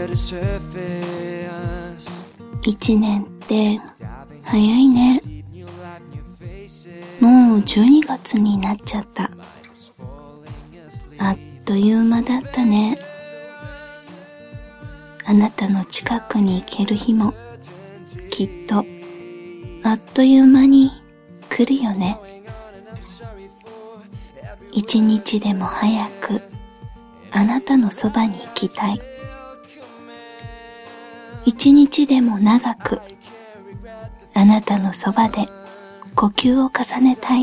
一年って早いね。もう12月になっちゃった。あっという間だったね。あなたの近くに行ける日もきっとあっという間に来るよね。一日でも早くあなたのそばに行きたい。一日でも長くあなたのそばで呼吸を重ねたい。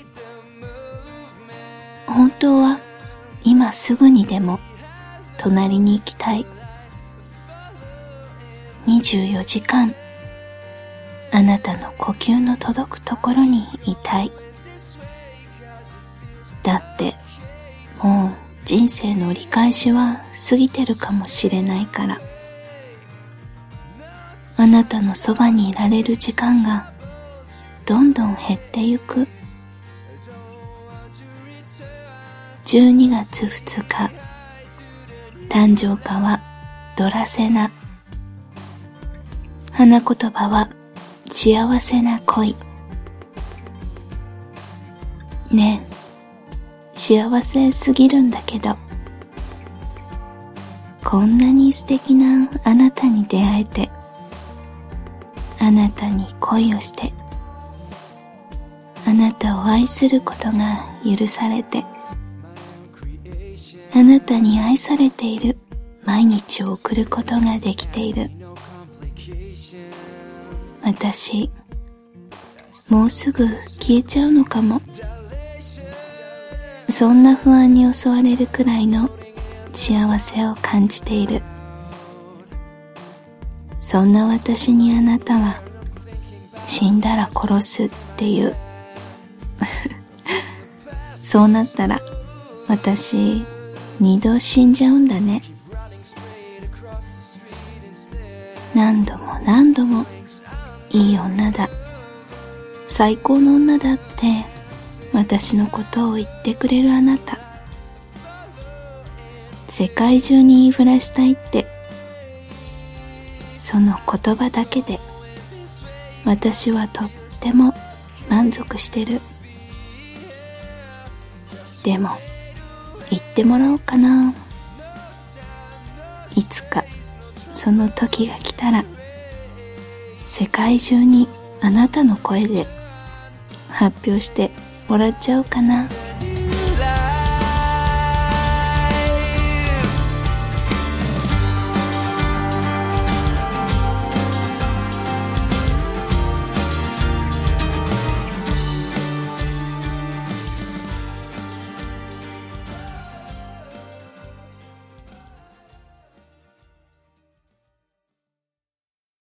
本当は今すぐにでも隣に行きたい。24時間あなたの呼吸の届くところにいたい。だってもう人生の折り返しは過ぎてるかもしれないから。あなたのそばにいられる時間がどんどん減ってゆく。12月2日誕生花はドラセナ。花言葉は幸せな恋。ねえ、幸せすぎるんだけど、こんなに素敵なあなたに出会えて、あなたに恋をして、あなたを愛することが許されて、あなたに愛されている毎日を送ることができている。私、もうすぐ消えちゃうのかも。そんな不安に襲われるくらいの幸せを感じている。そんな私にあなたは死んだら殺すっていうそうなったら私二度死んじゃうんだね。何度も何度もいい女だ、最高の女だって私のことを言ってくれるあなた。世界中に言いふらしたいって、その言葉だけで私はとっても満足してる。でも言ってもらおうかな。いつかその時が来たら世界中にあなたの声で発表してもらっちゃおうかな。